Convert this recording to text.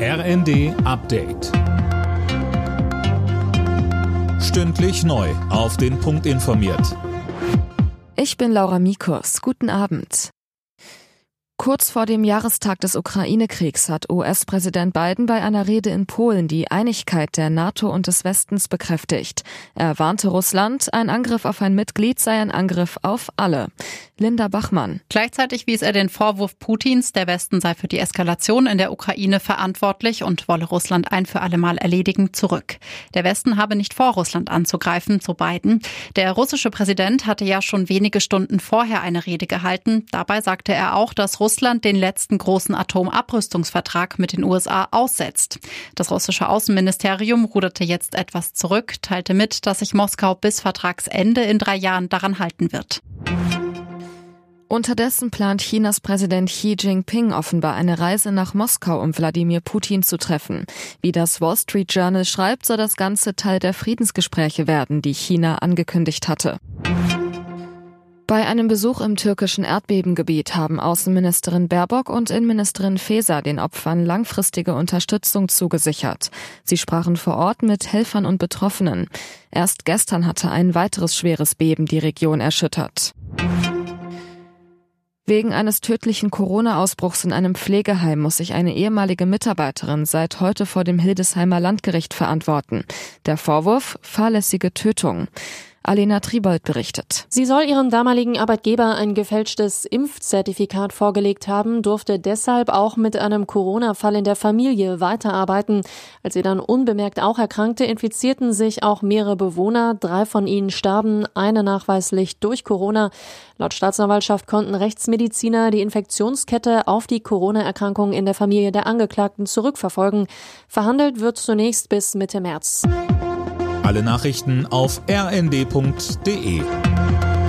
RND Update. Stündlich neu auf den Punkt informiert. Ich bin Laura Mikus. Guten Abend. Kurz vor dem Jahrestag des Ukraine-Kriegs hat US-Präsident Biden bei einer Rede in Polen die Einigkeit der NATO und des Westens bekräftigt. Er warnte Russland, ein Angriff auf ein Mitglied sei ein Angriff auf alle. Linda Bachmann. Gleichzeitig wies er den Vorwurf Putins, der Westen sei für die Eskalation in der Ukraine verantwortlich und wolle Russland ein für alle Mal erledigen, zurück. Der Westen habe nicht vor, Russland anzugreifen, so Biden. Der russische Präsident hatte ja schon wenige Stunden vorher eine Rede gehalten. Dabei sagte er auch, dass Russland den letzten großen Atomabrüstungsvertrag mit den USA aussetzt. Das russische Außenministerium ruderte jetzt etwas zurück, teilte mit, dass sich Moskau bis Vertragsende in 3 Jahren daran halten wird. Unterdessen plant Chinas Präsident Xi Jinping offenbar eine Reise nach Moskau, um Wladimir Putin zu treffen. Wie das Wall Street Journal schreibt, soll das Ganze Teil der Friedensgespräche werden, die China angekündigt hatte. Bei einem Besuch im türkischen Erdbebengebiet haben Außenministerin Baerbock und Innenministerin Faeser den Opfern langfristige Unterstützung zugesichert. Sie sprachen vor Ort mit Helfern und Betroffenen. Erst gestern hatte ein weiteres schweres Beben die Region erschüttert. Wegen eines tödlichen Corona-Ausbruchs in einem Pflegeheim muss sich eine ehemalige Mitarbeiterin seit heute vor dem Hildesheimer Landgericht verantworten. Der Vorwurf: fahrlässige Tötung. Alena Tribold berichtet. Sie soll ihrem damaligen Arbeitgeber ein gefälschtes Impfzertifikat vorgelegt haben, durfte deshalb auch mit einem Corona-Fall in der Familie weiterarbeiten. Als sie dann unbemerkt auch erkrankte, infizierten sich auch mehrere Bewohner. 3 von ihnen starben, eine nachweislich durch Corona. Laut Staatsanwaltschaft konnten Rechtsmediziner die Infektionskette auf die Corona-Erkrankung in der Familie der Angeklagten zurückverfolgen. Verhandelt wird zunächst bis Mitte März. Alle Nachrichten auf rnd.de.